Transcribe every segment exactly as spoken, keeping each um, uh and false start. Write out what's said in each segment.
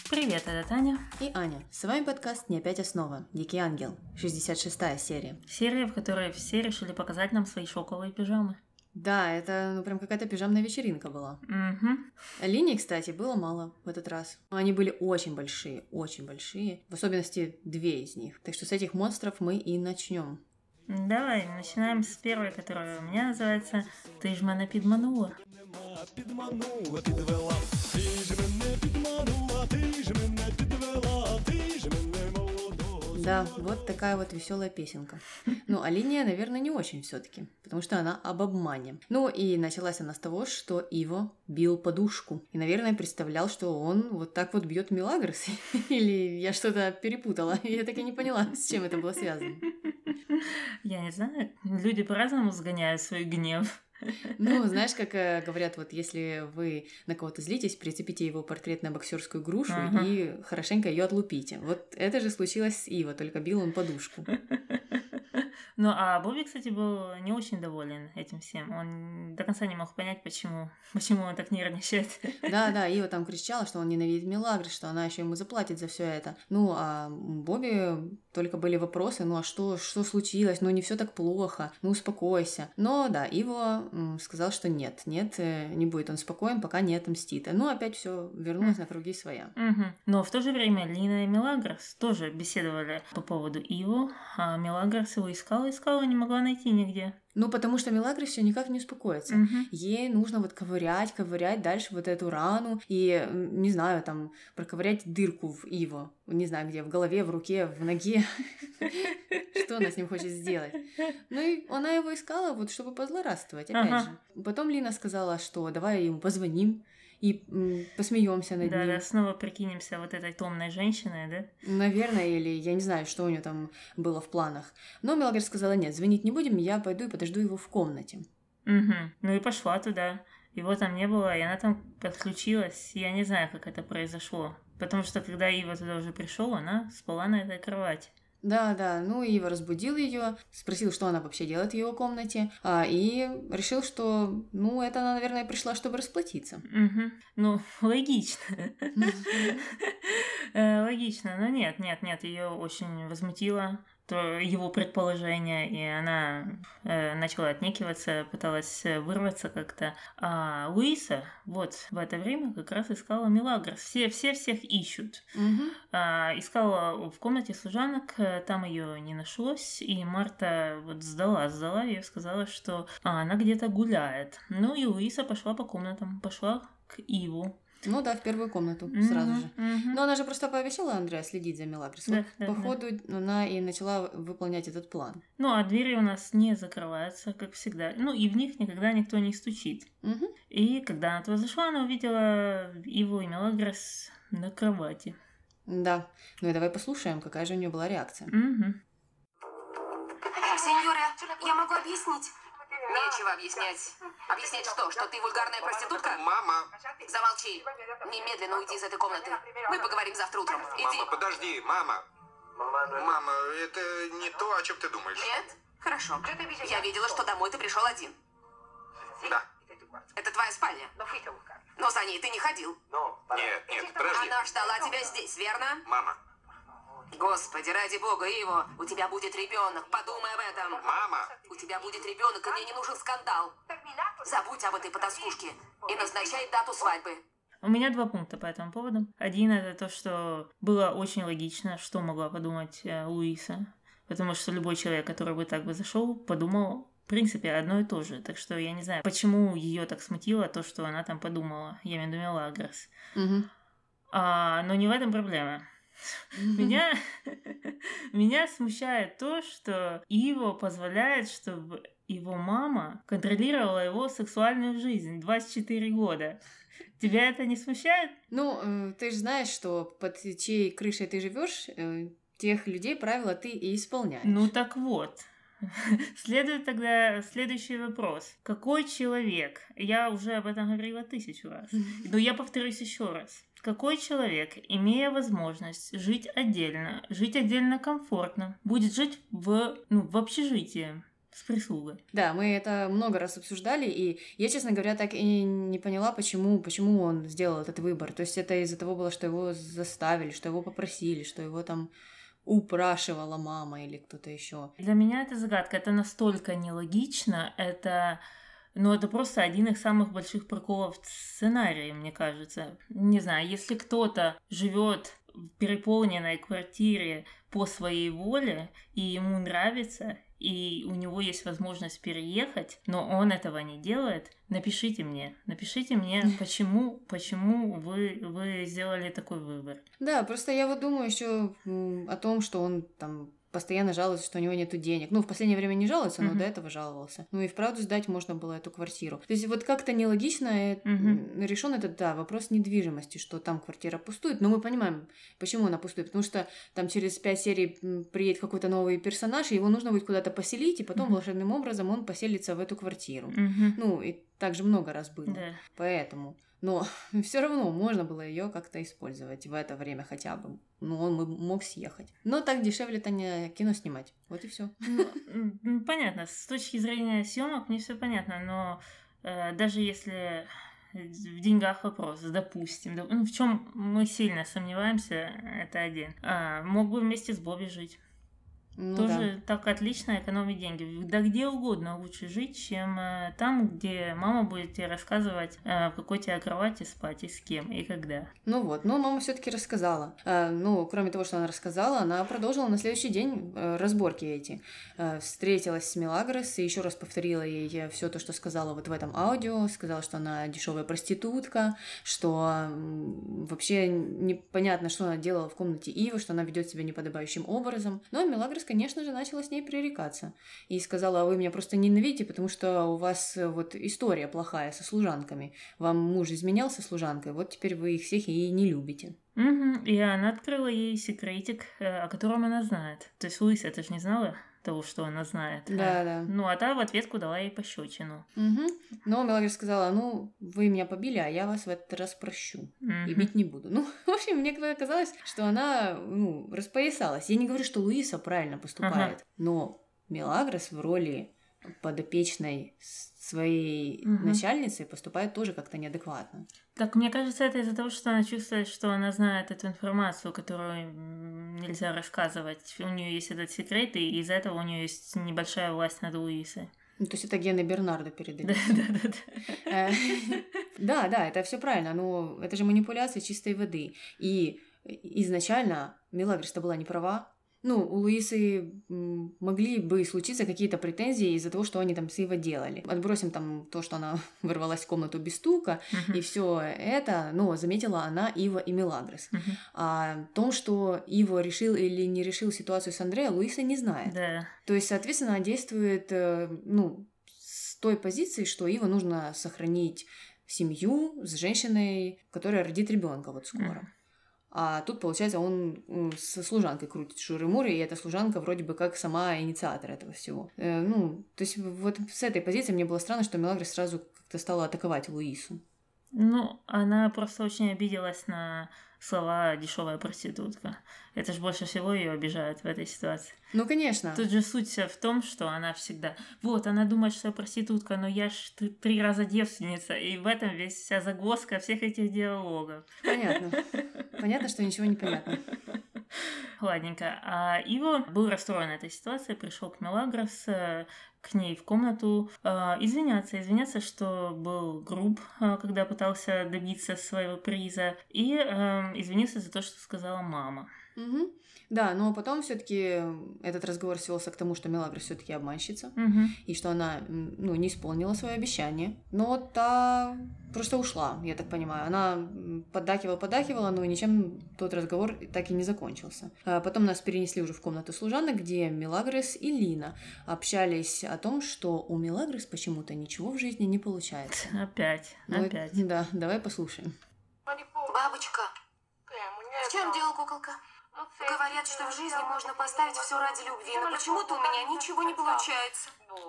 Привет, это Таня и Аня. С вами подкаст «Не опять основа. Дикий ангел». шестьдесят шестая серия. Серия, в которой все решили показать нам свои шоковые пижамы. Да, это ну прям какая-то пижамная вечеринка была. Угу. Линий, кстати, было мало в этот раз. Они были очень большие, очень большие. В особенности две из них. Так что с этих монстров мы и начнем. Давай, начинаем с первой, которая у меня называется «Ты ж мене підманула». Підманула, підвела, ти ж мене підманула, ти ж мене підвела, ти ж мене молодого. Да, вот такая вот веселая песенка. Ну, а линия, наверное, не очень все-таки, потому что она об обмане. Ну, и началась она с того, что Иво бил подушку. И, наверное, представлял, что он вот так вот бьет Мелагрос. Или я что-то перепутала. Я так и не поняла, с чем это было связано. Я не знаю, люди по-разному сгоняют свой гнев. Ну, знаешь, как э, говорят, вот если вы на кого-то злитесь, прицепите его портрет на боксерскую грушу Ага. и хорошенько ее отлупите. Вот это же случилось с Иво, только бил он подушку. Ну, а Бобби, кстати, был не очень доволен этим всем. Он до конца не мог понять, почему, почему он так нервничает. Да, да, Ива там кричала, что он ненавидит Мелагрос, что она еще ему заплатит за все это. Ну, а у Бобби только были вопросы, ну а что, что случилось? Ну, не все так плохо, ну успокойся. Но да, Иво м, сказал, что нет, нет, э, не будет он спокоен, пока не отомстит. Ну, опять все вернулось на круги своя. Угу. Но в то же время Лина и Мелагрос тоже беседовали по поводу Иво, а Мелагрос его искала, искала, не могла найти нигде. Ну, потому что Мелагрос все никак не успокоится. Мгм. Ей нужно вот ковырять, ковырять дальше вот эту рану и, м, не знаю, там, проковырять дырку в Иво. Не знаю где, в голове, в руке, в ноге. Что она с ним хочет сделать? Ну, и она его искала, вот, чтобы позлорадствовать, опять Ага. же. Потом Лина сказала, что давай ему позвоним и м, посмеемся над Да, ним. да, снова прикинемся вот этой томной женщиной, да? Наверное, или я не знаю, что у нее там было в планах. Но Мелагрос сказала, нет, звонить не будем, я пойду и подожду его в комнате. Угу. Ну и пошла туда. Его там не было, и она там подключилась. Я не знаю, как это произошло. Потому что когда Ива туда уже пришел, она спала на этой кровати. Да, да, ну и Ива разбудил ее, спросил, что она вообще делает в его комнате, а, и решил, что, ну, это она, наверное, пришла, чтобы расплатиться. Угу. Ну, логично. Э, Логично, но нет, нет, нет, ее очень возмутило то его предположение, и она э, начала отнекиваться, пыталась э, вырваться как-то. А Луиса вот в это время как раз искала Мелагрос. Все, все всех ищут. Мгм. А, искала в комнате служанок, э, там ее не нашлось, и Марта вот сдала, сдала ее, сказала, что а, она где-то гуляет. Ну и Луиса пошла по комнатам, пошла к Иву. Ну да, в первую комнату Мгм, сразу же. мгм. Но она же просто пообещала Андреа следить за Мелагрос. Да, Вот, да, походу, она и начала выполнять этот план. Ну, а двери у нас не закрываются, как всегда. Ну, и в них никогда никто не стучит. Мгм. И когда она туда зашла, она увидела Иву и Мелагрос на кровати. Да, ну и давай послушаем, какая же у нее была реакция. Мгм. Сеньора, я могу объяснить. Нечего объяснять. Объяснять что? Что ты вульгарная проститутка? Мама, Замолчи. Немедленно уйди из этой комнаты. Мы поговорим завтра утром. Иди. мама, подожди, мама. Мама, это не то, о чем ты думаешь. Нет? Хорошо. Я видела, что домой ты пришел один. Да. Это твоя спальня. Но за ней ты не ходил. Нет, нет, подожди. Она ждала тебя здесь, верно? Мама, Господи, ради бога, Иво, у тебя будет ребенок. Подумай об этом. мама. У тебя будет ребенок, и мне не нужен скандал. Забудь об этой потаскушке и назначай дату свадьбы. У меня два пункта по этому поводу. Один — это то, что было очень логично, что могла подумать э, Луиса. Потому что любой человек, который бы так бы зашел, подумал, в принципе, одно и то же. Так что я не знаю, почему ее так смутило то, что она там подумала. Я имею в виду Мелагрос. Мгм. А, но не в этом проблема. Меня, меня смущает то, что Иво позволяет, чтобы его мама контролировала его сексуальную жизнь двадцать четыре года. Тебя это не смущает? Ну, э, ты же знаешь, что под чьей крышей ты живешь, э, тех людей правила ты и исполняешь. Ну так вот. Следует тогда следующий вопрос. Какой человек, я уже об этом говорила тысячу раз, но я повторюсь еще раз. Какой человек, имея возможность жить отдельно, жить отдельно комфортно, будет жить в, ну, в общежитии? с прислугой. Да, мы это много раз обсуждали, и я, честно говоря, так и не поняла, почему, почему он сделал этот выбор. То есть это из-за того было, что его заставили, что его попросили, что его там упрашивала мама или кто-то еще. Для меня это загадка. Это настолько нелогично. Это... Ну, это просто один из самых больших приколов сценария, мне кажется. Не знаю, если кто-то живет в переполненной квартире по своей воле, и ему нравится, и у него есть возможность переехать, но он этого не делает, напишите мне. Напишите мне, почему, почему вы, вы сделали такой выбор. Да, просто я вот думаю еще о том, что он там постоянно жалуется, что у него нету денег. Ну, в последнее время не жалуется, но mm-hmm. до этого жаловался. Ну и вправду сдать можно было эту квартиру. То есть вот как-то нелогично mm-hmm. решен этот, да, вопрос недвижимости, что там квартира пустует. Но мы понимаем, почему она пустует. Потому что там через пять серий приедет какой-то новый персонаж, и его нужно будет куда-то поселить, и потом mm-hmm. волшебным образом он поселится в эту квартиру. Mm-hmm. Ну, и так же много раз было. Yeah. Поэтому... Но все равно можно было ее как-то использовать в это время хотя бы. Ну, он мог съехать. Но так дешевле-то не кино снимать. Вот и все. Ну, понятно. С точки зрения съемок мне все понятно, но э, даже если в деньгах вопрос, допустим, да, ну, в чем мы сильно сомневаемся, это один. А, мог бы вместе с Бобби жить. Ну, тоже да. Так отлично экономить деньги. Да где угодно лучше жить, чем э, там, где мама будет тебе рассказывать, э, в какой тебе кровати спать и с кем, и когда. Ну вот, но мама все-таки рассказала. Э, ну, кроме того, что она рассказала, она продолжила на следующий день э, разборки эти. Э, встретилась с Мелагрос и еще раз повторила ей все то, что сказала вот в этом аудио. Сказала, что она дешевая проститутка, что э, вообще непонятно, что она делала в комнате Ивы, что она ведет себя неподобающим образом. Но Мелагрос, конечно же, начала с ней пререкаться. И сказала, а вы меня просто ненавидите, потому что у вас вот история плохая со служанками. Вам муж изменял со служанкой, вот теперь вы их всех и не любите. Угу. И она открыла ей секретик, о котором она знает. То есть Луиса, ты же не знала того, что она знает. Да, а, да. Ну, а та в ответку дала ей пощечину. Угу. Но Мелагрос сказала, ну, вы меня побили, а я вас в этот раз прощу. Угу. И бить не буду. Ну, в общем, мне казалось, что она, ну, распоясалась. Я не говорю, что Луиса правильно поступает, ага. но Мелагрос в роли подопечной своей угу. начальницы поступает тоже как-то неадекватно. Так, мне кажется, это из-за того, что она чувствует, что она знает эту информацию, которую нельзя рассказывать. У нее есть этот секрет, и из-за этого у нее есть небольшая власть над Луисой. Ну, то есть это гены Бернарда передались. Да-да-да. Да, да, это все правильно, но это же манипуляция чистой воды. И изначально Мелагрос-то была не права. Ну, у Луисы могли бы случиться какие-то претензии из-за того, что они там с Ивой делали. Отбросим там то, что она ворвалась в комнату без стука, uh-huh. и все это, ну, заметила она, Ива и Мелагрос. Uh-huh. А о том, что Ива решил или не решил ситуацию с Андреа, Луиса не знает. Да. То есть, соответственно, она действует, ну, с той позиции, что Ива нужно сохранить семью с женщиной, которая родит ребенка вот скоро. Uh-huh. А тут, получается, он со служанкой крутит шуры-муры, и эта служанка вроде бы как сама инициатор этого всего. Э, ну, то есть вот с этой позиции мне было странно, что Мелагрос сразу как-то стала атаковать Луису. Ну, она просто очень обиделась на слова «дешевая проститутка». Это же больше всего ее обижает в этой ситуации. Ну, конечно. Тут же суть вся в том, что она всегда... Вот, она думает, что я проститутка, но я ж три раза девственница, и в этом весь вся загвоздка всех этих диалогов. Понятно. Понятно, что ничего не понятно. Ладненько. А Иво был расстроен этой ситуацией, пришел к Мелагрос, к ней в комнату, э, извиняться, извиняться, что был груб, э, когда пытался добиться своего приза, и э, извиниться за то, что сказала мама. Угу. Да, но потом все-таки этот разговор свелся к тому, что Мелагрос все-таки обманщица, угу. и что она, ну, не исполнила свое обещание. Но та просто ушла, я так понимаю. Она поддакивала-поддакивала, но ничем тот разговор так и не закончился. А потом нас перенесли уже в комнату служанок, где Мелагрос и Лина общались о том, что у Мелагрос почему-то ничего в жизни не получается. Опять, ну, опять. Да, давай послушаем. Бабочка, в чем дело, куколка? Говорят, что в жизни можно поставить все ради любви, но почему-то у меня ничего не получается.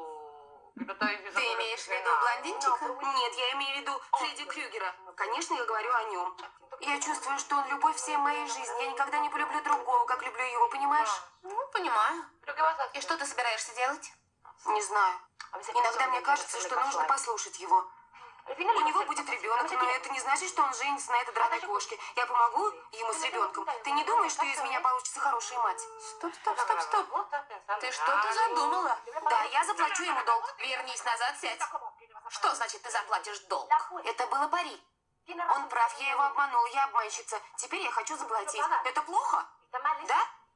Ты имеешь в виду блондинчика? Нет, я имею в виду Фредди Крюгера. Конечно, я говорю о нем. Я чувствую, что он любовь всей моей жизни. Я никогда не полюблю другого, как люблю его, понимаешь? Ну, понимаю. И что ты собираешься делать? Не знаю. Иногда мне кажется, что нужно послушать его. У него будет ребенок, но это не значит, что он женится на этой драной кошке. Я помогу ему с ребенком. Ты не думаешь, что из меня получится хорошая мать? Стоп, стоп, стоп, стоп. Ты что-то задумала? Да, я заплачу ему долг. Вернись назад, сядь. Что значит, ты заплатишь долг? Это было пари. Он прав, я его обманула, я обманщица. Теперь я хочу заплатить. Это плохо? Да?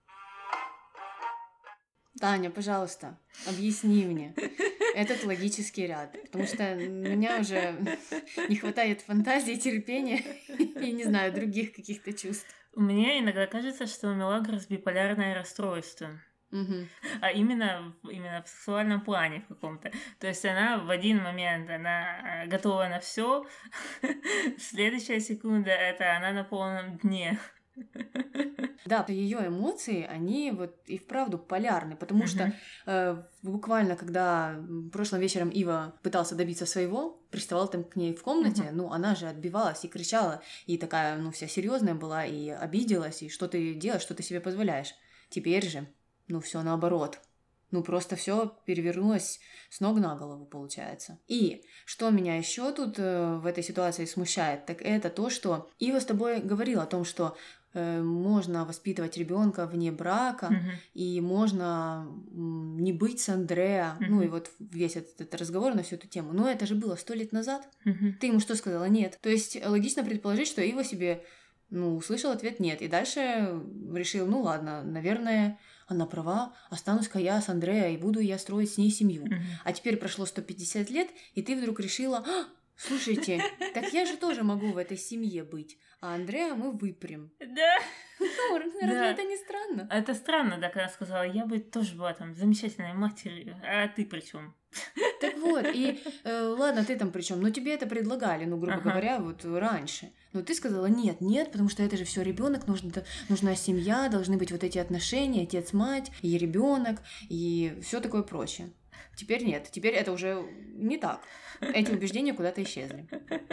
Таня, пожалуйста, объясни мне этот логический ряд, потому что у меня уже не хватает фантазии, терпения и, не знаю, других каких-то чувств. Мне иногда кажется, что у Мелагрос биполярное расстройство. Угу. А именно, именно в сексуальном плане в каком-то. То есть она в один момент она готова на все, следующая секунда это она на полном дне. Да, ее эмоции, они вот и вправду полярны, потому uh-huh. что э, буквально, когда прошлым вечером Ива пытался добиться своего, приставал там к ней в комнате, uh-huh. ну, она же отбивалась и кричала, и такая, ну, вся серьезная была, и обиделась, и что ты делаешь, что ты себе позволяешь. Теперь же, ну, все наоборот. Ну, просто все перевернулось с ног на голову, получается. И что меня еще тут э, в этой ситуации смущает, так это то, что Ива с тобой говорила о том, что э, можно воспитывать ребенка вне брака, mm-hmm. и можно м, не быть с Андреа. Mm-hmm. Ну, и вот весь этот, этот разговор на всю эту тему. Но это же было сто лет назад. Mm-hmm. Ты ему что сказала? Нет. То есть логично предположить, что Ива себе, ну, услышал ответ нет. И дальше решил, ну, ладно, наверное... Она права, останусь-ка я с Андреа и буду я строить с ней семью. Mm-hmm. А теперь прошло сто пятьдесят лет, и ты вдруг решила, а, слушайте, так я же тоже могу в этой семье быть, а Андреа мы выпрям. Да. Ну, разве да. это не странно? Это странно, да, когда сказала, я бы тоже была там замечательной матерью, а ты при чем? Так вот, и э, ладно, ты там при чем, но тебе это предлагали, ну, грубо ага. говоря, вот раньше. Но ты сказала, нет, нет, потому что это же все ребенок, нужна, нужна семья, должны быть вот эти отношения, отец-мать, и ребенок, и все такое прочее. Теперь нет, теперь это уже не так. Эти убеждения куда-то исчезли.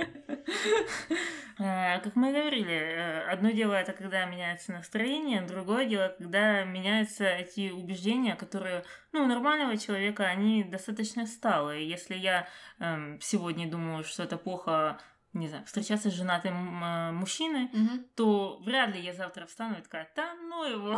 Как мы говорили, одно дело это когда меняется настроение, другое дело, когда меняются эти убеждения, которые, ну, у нормального человека, они достаточно сталые. Если я эм, сегодня думаю, что это плохо, не знаю, встречаться с женатым э, мужчиной, угу. то вряд ли я завтра встану и такая, да ну его...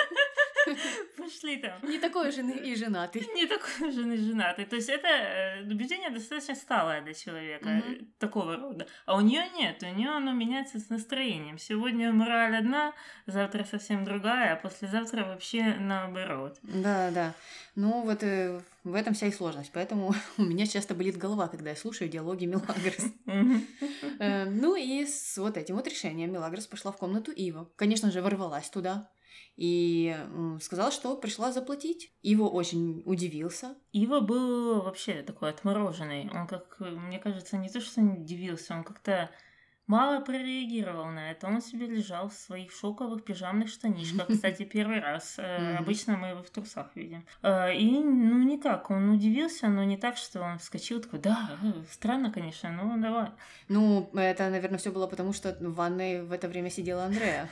Пошли там. Не такой же и женатый. Не такой же и женатый. То есть это убеждение достаточно сталое для человека, mm-hmm. такого рода. А у нее нет, у нее оно меняется с настроением. Сегодня мораль одна, завтра совсем другая, а послезавтра вообще наоборот. Да, да. Ну вот э, в этом вся и сложность. Поэтому у меня часто болит голова, когда я слушаю диалоги Мелагрос. Mm-hmm. Ну и с вот этим вот решением Мелагрос пошла в комнату Ива. Конечно же, ворвалась туда. И сказал, что пришла заплатить. Ива очень удивился. Ива был вообще такой отмороженный. Он, как мне кажется, не то что не удивился, он как-то мало прореагировал на это. Он себе лежал в своих шелковых пижамных штанишках. Кстати, первый раз. Обычно мы его в трусах видим. И, ну, никак. Он удивился, но не так, что он вскочил такой, да, странно, конечно, но давай. Ну, это, наверное, все было потому, что в ванной в это время сидела Андреа.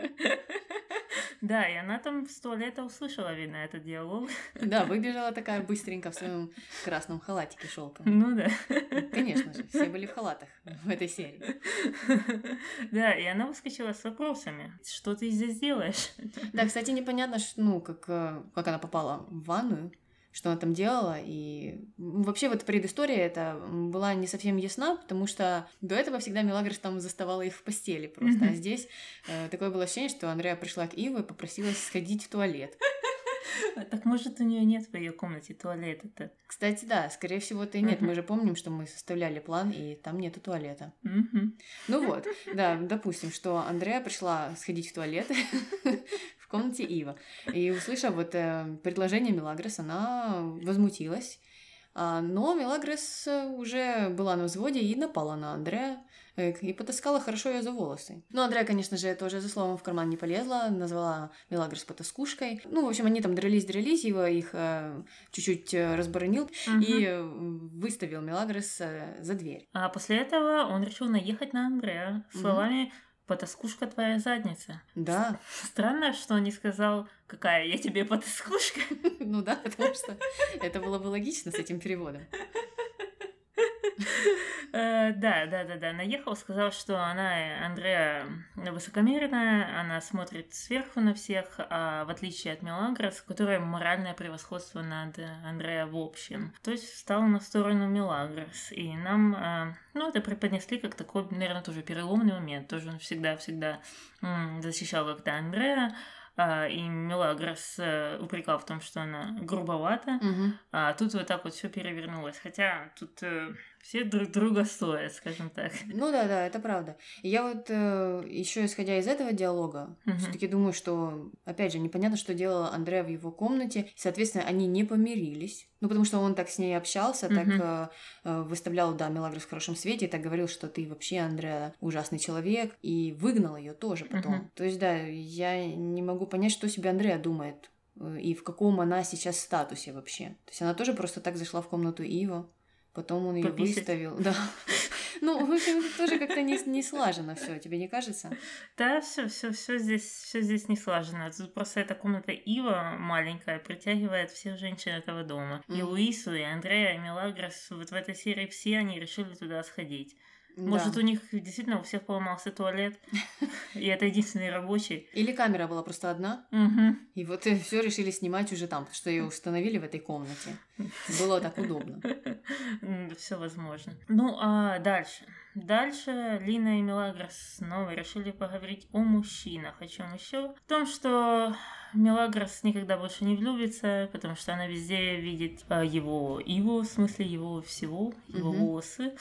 Да, и она там с туалета услышала, видно, этот диалог. Да, выбежала такая быстренько в своем красном халатике шелковом. Ну да. Конечно же, все были в халатах в этой серии. Да, и она выскочила с вопросами. Что ты здесь делаешь? Да, кстати, непонятно, ну, как, как она попала в ванную, что она там делала, и вообще вот предыстория эта была не совсем ясна, потому что до этого всегда Мелагрос там заставала их в постели просто, mm-hmm. а здесь э, такое было ощущение, что Андреа пришла к Иве и попросилась сходить в туалет. Так может у нее нет в ее комнате туалета-то? Кстати, да, скорее всего-то и нет. Uh-huh. Мы же помним, что мы составляли план, и там нету туалета. Uh-huh. Ну вот, да, допустим, что Андреа пришла сходить в туалет в комнате Ива. И услышав вот э, предложение Мелагрос, она возмутилась. А, но Мелагрос уже была на взводе и напала на Андреа и потаскала хорошо ее за волосы. Но Андреа, конечно же, тоже за словом в карман не полезла, назвала Мелагрос потаскушкой. Ну, в общем, они там дрались-дрались, его их э, чуть-чуть разборонил uh-huh. и выставил Мелагрос э, за дверь. А после этого он решил наехать на Андреа словами... Uh-huh. потаскушка твоя задница. Да. Странно, что он не сказал, какая я тебе потаскушка. Ну да, потому что это было бы логично с этим переводом. Да, да, да, да. Наехал, сказал, что она, Андреа, высокомерная, она смотрит сверху на всех, а в отличие от Мелагрос, у которой моральное превосходство над Андреа в общем. То есть встал на сторону Мелагрос. И нам, ну, это преподнесли как такой, наверное, тоже переломный момент. Тоже он всегда-всегда защищал как-то Андреа. И Мелагрос упрекал в том, что она грубовата, угу. А тут вот так вот все перевернулось. Хотя тут э, все друг друга стоят, скажем так. Ну да, да, это правда. И я вот э, еще исходя из этого диалога, Мгм. все-таки думаю, что, опять же, непонятно, что делала Андреа в его комнате. И, соответственно, они не помирились. Ну, потому что он так с ней общался, так Мгм. э, э, выставлял, да, Мелагрос в хорошем свете, и так говорил, что ты вообще, Андреа, ужасный человек, и выгнал ее тоже потом. Мгм. То есть, да, я не могу понять, что себе Андреа думает, э, и в каком она сейчас статусе вообще. То есть она тоже просто так зашла в комнату Иво, потом он ее Пописать. выставил. Да. Ну, в общем, это тоже как-то не, не слажено все, тебе не кажется? Да, все, все, все здесь, все здесь не слажено. Тут просто эта комната Ива маленькая притягивает всех женщин этого дома. И Мгм. Луису, и Андрея, и Мелагрос. Вот в этой серии все они решили туда сходить. Да. Может, у них действительно у всех поломался туалет, и это единственный рабочий. Или камера была просто одна, Мгм. и вот все решили снимать уже там, потому что ее установили в этой комнате. Было так удобно. Все возможно. Ну, а дальше. Дальше Лина и Мелагрос снова решили поговорить о мужчинах. О чем еще? В том, что Мелагрос никогда больше не влюбится, потому что она везде видит а, его Иву, в смысле его всего, его Мгм. волосы.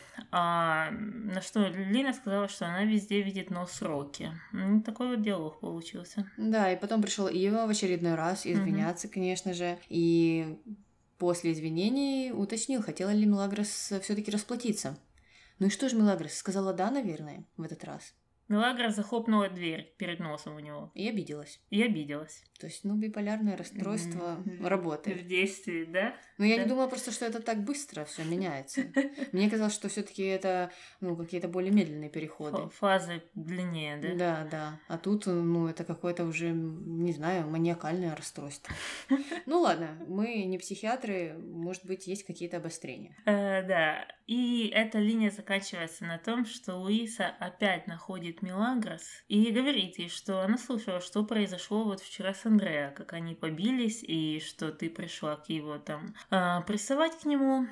А на что Лина сказала, что она везде видит нос Рокки. Ну, такой вот диалог получился. Да, и потом пришел Ива в очередной раз извиняться, конечно же, и после извинений уточнил, хотела ли Мелагрос все-таки расплатиться. Ну и что же Мелагрос сказала да, наверное, в этот раз. Мелагрос захлопнула дверь перед носом у него И обиделась. и обиделась. То есть, ну, биполярное расстройство Мгм. работает. В действии, да? Но я Да. не думала просто, что это так быстро все меняется. Мне казалось, что все-таки это, ну, какие-то более медленные переходы. Фа- Фазы длиннее, да? Да, да. А тут, ну, это какое-то уже, не знаю, маниакальное расстройство. Ну ладно, мы не психиатры, может быть, есть какие-то обострения. Э, да. И эта линия заканчивается на том, что Луиса опять находит Мелагрос и говорит ей, что она слышала, что произошло вот вчера с Андреа, как они побились, и что ты пришла к его там а, приставать к нему,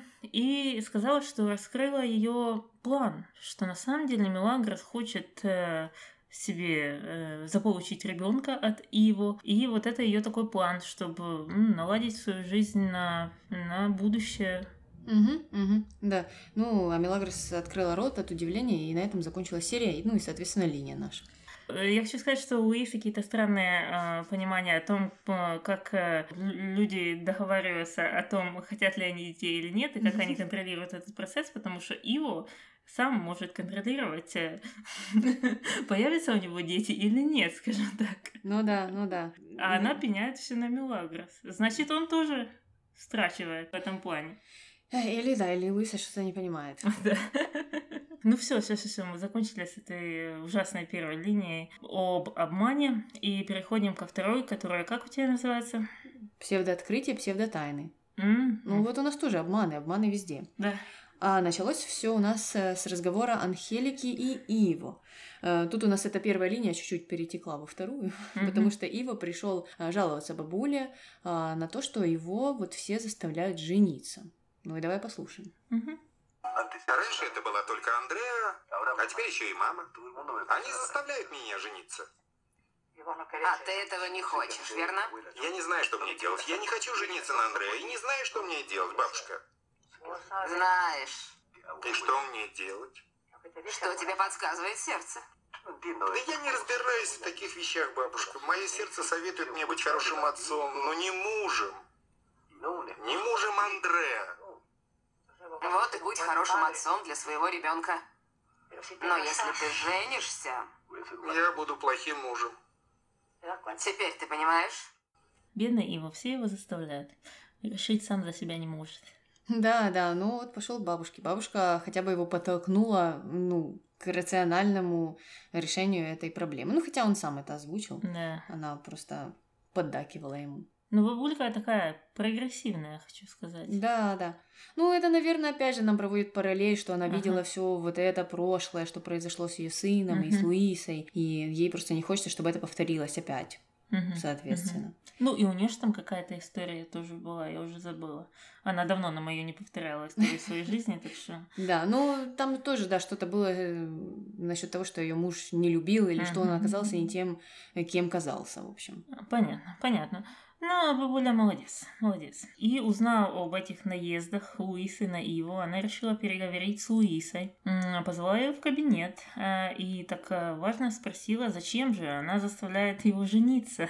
и сказала, что раскрыла ее план, что на самом деле Мелагрос хочет э, себе э, заполучить ребенка от Иво, и вот это ее такой план, чтобы м, наладить свою жизнь на, на будущее. Угу, угу, да. Ну, а Мелагрос открыла рот от удивления, и на этом закончилась серия, и, ну и, соответственно, линия наша. Э, Я хочу сказать, что у Луисы какие-то странные э, понимания о том, э, как э, лю- люди договариваются о том, хотят ли они детей или нет, и как они контролируют этот процесс, потому что Иво сам может контролировать, э, появятся у него дети или нет, скажем так. Ну да, ну да. А она пеняет все на Мелагрос. Значит, он тоже страчивает в этом плане. Э, Или да, или Луиса что-то не понимает. Да. Ну все, все, все, все, мы закончили с этой ужасной первой линией об обмане и переходим ко второй, которая как у тебя называется? Псевдооткрытие, псевдотайны. М? Ну вот у нас тоже обманы, обманы везде. Да. А началось все у нас э, с разговора Анхелики и Иво. Э, Тут у нас эта первая линия чуть-чуть перетекла во вторую, Мгм. потому что Иво пришел жаловаться бабуле а, на то, что его вот все заставляют жениться. Ну и давай послушаем. Мгм. Раньше это была только Андреа, а теперь еще и мама. Они заставляют меня жениться. А ты этого не хочешь, верно? Я не знаю, что мне делать. Я не хочу жениться на Андреа и не знаю, что мне делать, бабушка. Знаешь, И что мне делать? что тебе подсказывает сердце? Да я не разбираюсь в таких вещах, бабушка. Мое сердце советует мне быть хорошим отцом, но не мужем. Не мужем Андреа. Вот и будь хорошим отцом для своего ребенка. Но если ты женишься, Я буду плохим мужем. теперь ты понимаешь? Бедный Иво, все его заставляют. Решить сам за себя не может. Да, да, ну вот пошел к бабушке. Бабушка хотя бы его подтолкнула, ну, к рациональному решению этой проблемы. Ну, хотя он сам это озвучил. Да. Она просто поддакивала ему. Ну, бабулька такая прогрессивная, хочу сказать. Да, да. Ну, это, наверное, опять же нам проводит параллель, что она Ага. видела все вот это прошлое, что произошло с ее сыном и с Мгм. Луисой, и ей просто не хочется, чтобы это повторилось опять, Мгм, соответственно. мгм. Ну, и у нее же там какая-то история тоже была, я уже забыла. Она давно на мою не повторяла историю своей жизни, так что... Да, ну там тоже, да, что-то было э, насчет того, что ее муж не любил, или что он Мгм. оказался не тем, э, кем казался, в общем. Понятно, понятно. Ну, бабуля молодец, молодец. И узнав об этих наездах Луисы на Иву, она решила переговорить с Луисой. М, Позвала ее в кабинет а, и так а, важно спросила, зачем же она заставляет его жениться.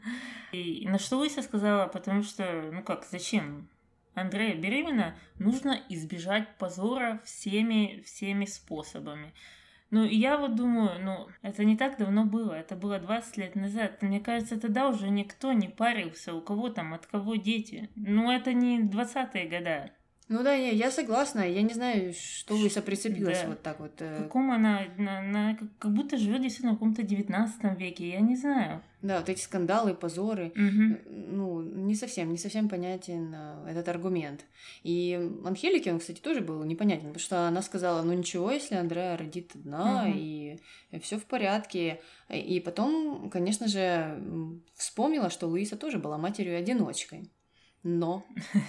И на что Луиса сказала, потому что, ну как, зачем? Андрея беременна, нужно избежать позора всеми, всеми способами. Ну, и я вот думаю, ну, это не так давно было, это было двадцать лет назад. Мне кажется, тогда уже никто не парился, у кого там, от кого дети. Ну, это не двадцатые года. Ну да, не, я согласна, я не знаю, что Луиса прицепилась Да. вот так вот. В э, каком она, на, на- как, как будто живет действительно в каком-то девятнадцатом веке, я не знаю. Да, вот эти скандалы, позоры. Мгм. Ну, не совсем, не совсем понятен э, этот аргумент. И Анхелике он, кстати, тоже был непонятен, потому что она сказала, ну ничего, если Андреа родит одна, Мгм. и все в порядке. И потом, конечно же, м, вспомнила, что Луиса тоже была матерью-одиночкой. Но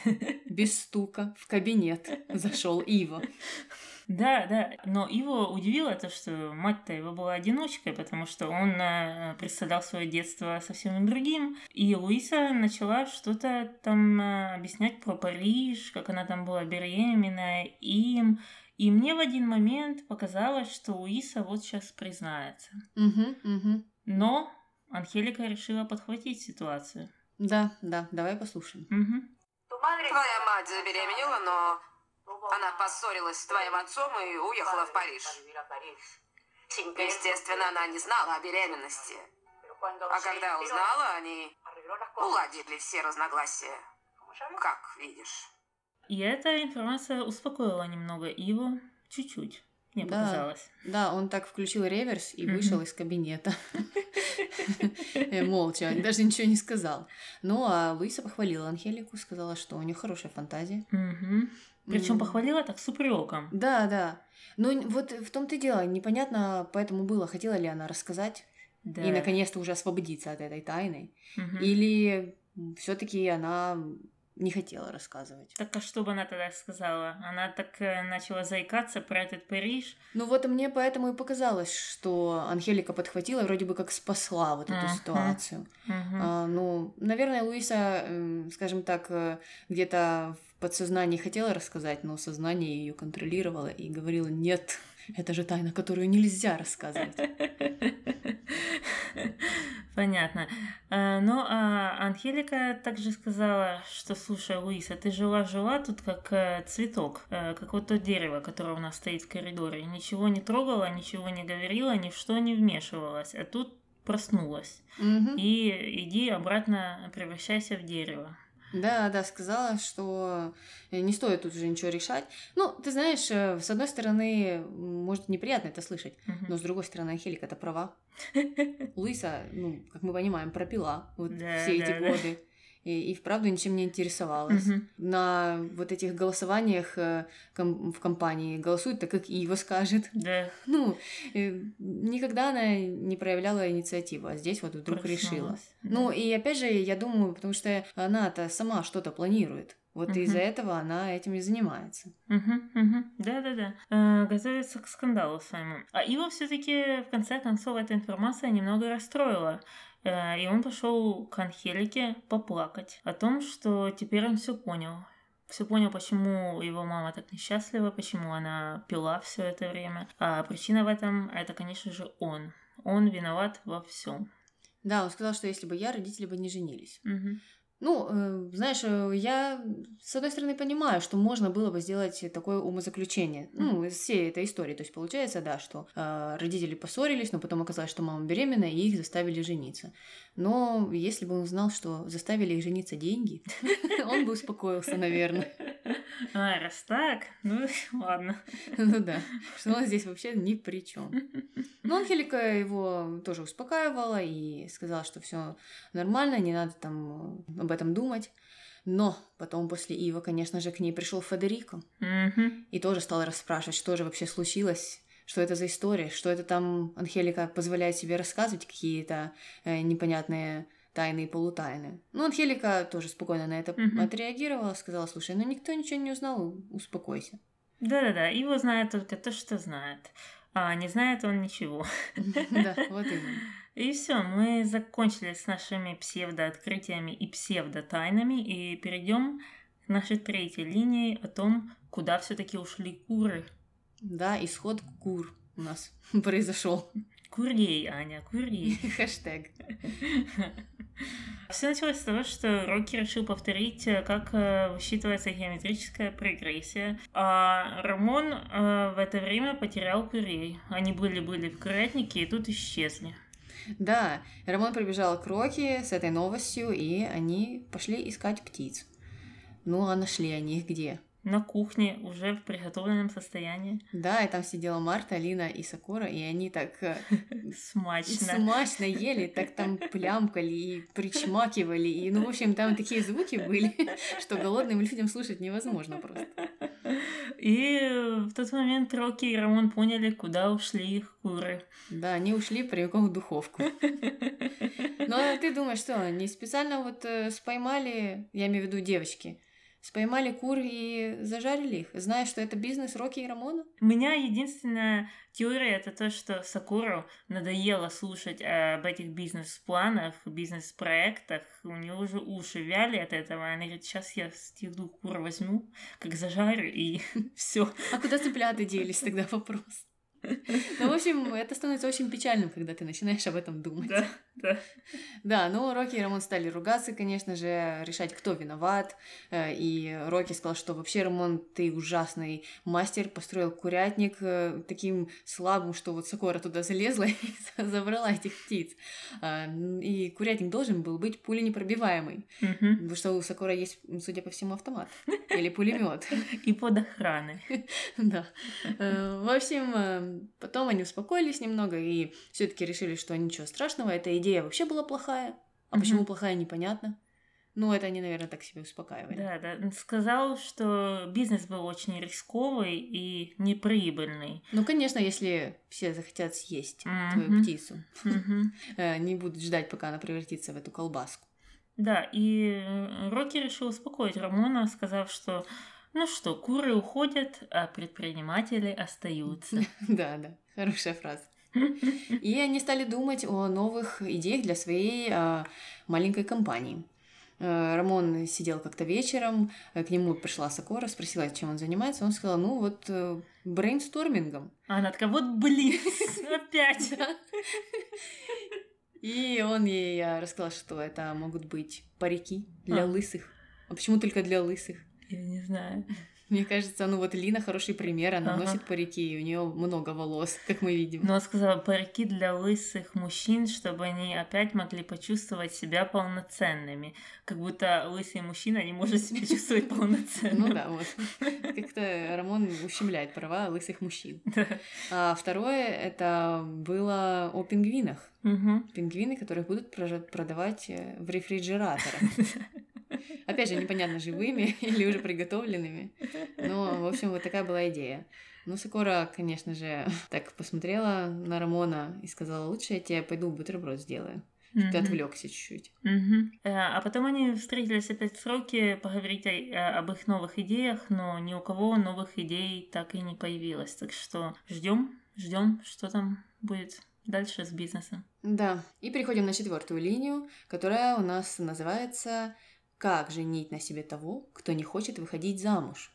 без стука в кабинет зашел Ива. Да, да, но его удивило то, что мать-то его была одиночкой, потому что он э, представлял свое детство совсем другим. И Луиса начала что-то там э, объяснять про Париж, как она там была беременная им. И мне в один момент показалось, что Луиса вот сейчас признается. Мгм, мгм. Но Анхелика решила подхватить ситуацию. Да, да, давай послушаем. Мгм. Твоя мать забеременела, но она поссорилась с твоим отцом и уехала в Париж. Естественно, она не знала о беременности. А когда узнала, они уладили все разногласия. Как видишь. И эта информация успокоила немного Иву, чуть-чуть, мне Да. показалось. Да, он так включил реверс и Мгм. вышел из кабинета. Э, Молча, даже ничего не сказал. Ну, а Луиса похвалила Анхелику, сказала, что у нее хорошая фантазия. Причем М. похвалила так с упреком. Да, да. Ну, н- вот в том-то и дело, непонятно поэтому было, хотела ли она рассказать Да. и наконец-то уже освободиться от этой тайны, Мгм. или все-таки она не хотела рассказывать. Так а что бы она тогда сказала? Она так э, начала заикаться про этот Париж. Ну вот мне поэтому и показалось, что Анхелика подхватила, вроде бы как спасла вот эту Ага. ситуацию. Мгм. А, ну, наверное, Луиса, эм, скажем так, э, где-то в подсознании хотела рассказать, но сознание ее контролировало и говорило: нет, это же тайна, которую нельзя рассказывать. Понятно. А, Ну, а Анхелика также сказала, что, слушай, Луиса, ты жила-жила тут как э, цветок, э, как вот то дерево, которое у нас стоит в коридоре. Ничего не трогала, ничего не говорила, ни в что не вмешивалась. А тут проснулась. Мгм. И иди обратно превращайся в дерево. Да, да, сказала, что э, не стоит тут уже ничего решать. Ну, ты знаешь, э, с одной стороны, м, может, неприятно это слышать, Мгм. но с другой стороны, Анхелика-то права. Луиса, ну, как мы понимаем, пропила вот Да, все эти да, да. годы. И, и вправду ничем не интересовалась. Мгм. На вот этих голосованиях э, ком- в компании голосует так, как Ива скажет. Да. Ну, э, никогда она не проявляла инициативу, а здесь вот вдруг решила. Проснулась. Ну, Да. и опять же, я думаю, потому что она-то сама что-то планирует. Вот Мгм. из-за этого она этим и занимается. Мгм, мгм. Да-да-да. Э, Готовится к скандалу своему. А Ива все-таки в конце концов эта информация немного расстроила. Э, И он пошел к Анхелике поплакать о том, что теперь он все понял. Все понял, почему его мама так несчастлива, почему она пила все это время. А причина в этом это, конечно же, он. Он виноват во всем. Да, он сказал, что если бы я, родители бы не женились. Ну, э, знаешь, э, я, с одной стороны, понимаю, что можно было бы сделать такое умозаключение, ну, из всей этой истории. То есть, получается, да, что э, родители поссорились, но потом оказалось, что мама беременна, и их заставили жениться. Но если бы он знал, что заставили их жениться деньги, он бы успокоился, наверное. А, раз так, ну ладно. Ну да, что он здесь вообще ни при чем. Но Анхелика его тоже успокаивала и сказала, что все нормально, не надо там об этом думать. Но потом после Ива, конечно же, к ней пришел Федерико и тоже стал расспрашивать, что же вообще случилось, что это за история, что это там Анхелика позволяет себе рассказывать какие-то э, непонятные тайны и полутайны. Ну, Анхелика тоже спокойно на это mm-hmm. отреагировала, сказала, слушай, ну никто ничего не узнал, успокойся. Да-да-да, его знает только то, что знает, а не знает он ничего. Да, вот именно. И все, мы закончили с нашими псевдооткрытиями и псевдотайнами и перейдем к нашей третьей линии о том, куда все-таки ушли куры. Да, исход кур у нас произошел. Курей, Аня, курей. Хэштег. Все началось с того, что Рокки решил повторить, как высчитывается геометрическая прогрессия, а Рамон в это время потерял курей. Они были-были в курятнике и тут исчезли. Да, Рамон прибежал к Рокки с этой новостью, и они пошли искать птиц. Ну, а нашли они их где? На кухне, уже в приготовленном состоянии. Да, и там сидела Марта, Лина и Сакура, и они так смачно. смачно ели, так там плямкали и причмакивали, и, ну, в общем, там такие звуки были, что голодным людям слушать невозможно просто. И в тот момент Рокки и Рамон поняли, куда ушли их куры. Да, они ушли прямиком в духовку. Но ты думаешь, что, они специально вот споймали, я имею в виду девочки, споймали кур и зажарили их, зная, что это бизнес Рокки и Рамона? У меня единственная теория — это то, что Сакуру надоело слушать об этих бизнес-планах, бизнес-проектах. У нее уже уши вяли от этого. Она говорит, сейчас я этих двух кур возьму, как зажарю, и все. А куда цыплята делись, тогда вопрос? Ну, в общем, это становится очень печальным, когда ты начинаешь об этом думать. Да, да. Да, но Рокки и Рамон стали ругаться, конечно же, решать, кто виноват. И Рокки сказал, что вообще, Рамон, ты ужасный мастер, построил курятник таким слабым, что вот Сакура туда залезла и забрала этих птиц. И курятник должен был быть пуленепробиваемый. Угу. Потому что у Сакура есть, судя по всему, автомат. Или пулемет. И под охраной. Да. В общем, потом они успокоились немного и все-таки решили, что ничего страшного, эта идея вообще была плохая. А mm-hmm. почему плохая, непонятно. Ну, это они, наверное, так себя успокаивали. Да, да. Сказал, что бизнес был очень рисковый и неприбыльный. Ну, конечно, если все захотят съесть mm-hmm. твою птицу, mm-hmm. не будут ждать, пока она превратится в эту колбаску. Да, и Рокки решил успокоить Рамона, сказав, что ну что, куры уходят, а предприниматели остаются. Да, да, хорошая фраза. И они стали думать о новых идеях для своей а, маленькой компании. Рамон сидел как-то вечером, к нему пришла Сакура, спросила, чем он занимается. Он сказал, ну вот, брейнстормингом. А она такая, вот блин, опять. И он ей рассказал, что это могут быть парики для лысых. А почему только для лысых? Я не знаю. Мне кажется, ну вот Лина хороший пример, она ага. носит парики, и у нее много волос, как мы видим. Но он сказал, парики для лысых мужчин, чтобы они опять могли почувствовать себя полноценными. Как будто лысый мужчина не может себя чувствовать полноценным. Ну да, вот. Как-то Рамон ущемляет права лысых мужчин. А второе, это было о пингвинах. Пингвины, которых будут продавать в рефрижераторах. Опять же, непонятно, живыми или уже приготовленными. Но, в общем, вот такая была идея. Ну, Сакура, конечно же, так посмотрела на Рамона и сказала, лучше я тебе пойду бутерброд сделаю. Mm-hmm. Ты отвлекся чуть-чуть. Mm-hmm. А потом они встретились опять в сроки поговорить о, об их новых идеях, но ни у кого новых идей так и не появилось. Так что ждем, ждем, что там будет дальше с бизнесом. Да, и переходим на четвертую линию, которая у нас называется «Как женить на себе того, кто не хочет выходить замуж?»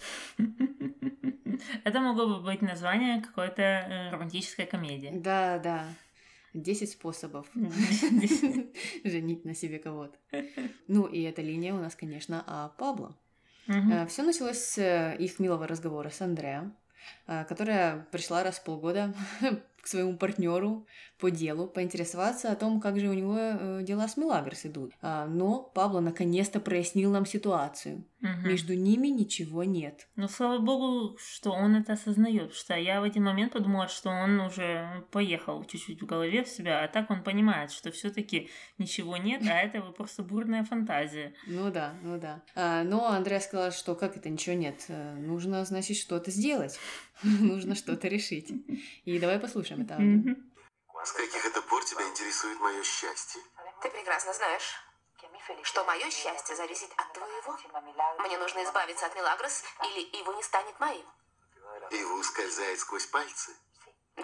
Это могло бы быть название какой-то романтической комедии. Да, да. Десять способов женить на себе кого-то. Ну, и эта линия у нас, конечно, о Пабло. Все началось с их милого разговора с Андреа, которая пришла раз в полгода к своему партнеру по делу поинтересоваться о том, как же у него дела с Милагрос идут. Но Пабло наконец-то прояснил нам ситуацию. Угу. Между ними ничего нет. Ну, слава богу, что он это осознает, потому что я в один момент подумала, что он уже поехал чуть-чуть в голове в себя, а так он понимает, что все-таки ничего нет, а это просто бурная фантазия. Ну да, ну да. А, но Андреа сказала, что как это ничего нет, нужно, значит, что-то сделать, нужно что-то решить. И давай послушаем это. С каких это пор тебя интересует мое счастье? Ты прекрасно знаешь, что мое счастье зависит от твоего. Мне нужно избавиться от Милагрос, или его не станет моим. Его ускользает сквозь пальцы? Да.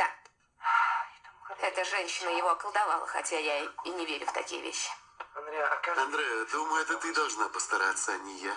Эта женщина его околдовала, хотя я и не верю в такие вещи. Андреа, думаю, это ты должна постараться, а не я.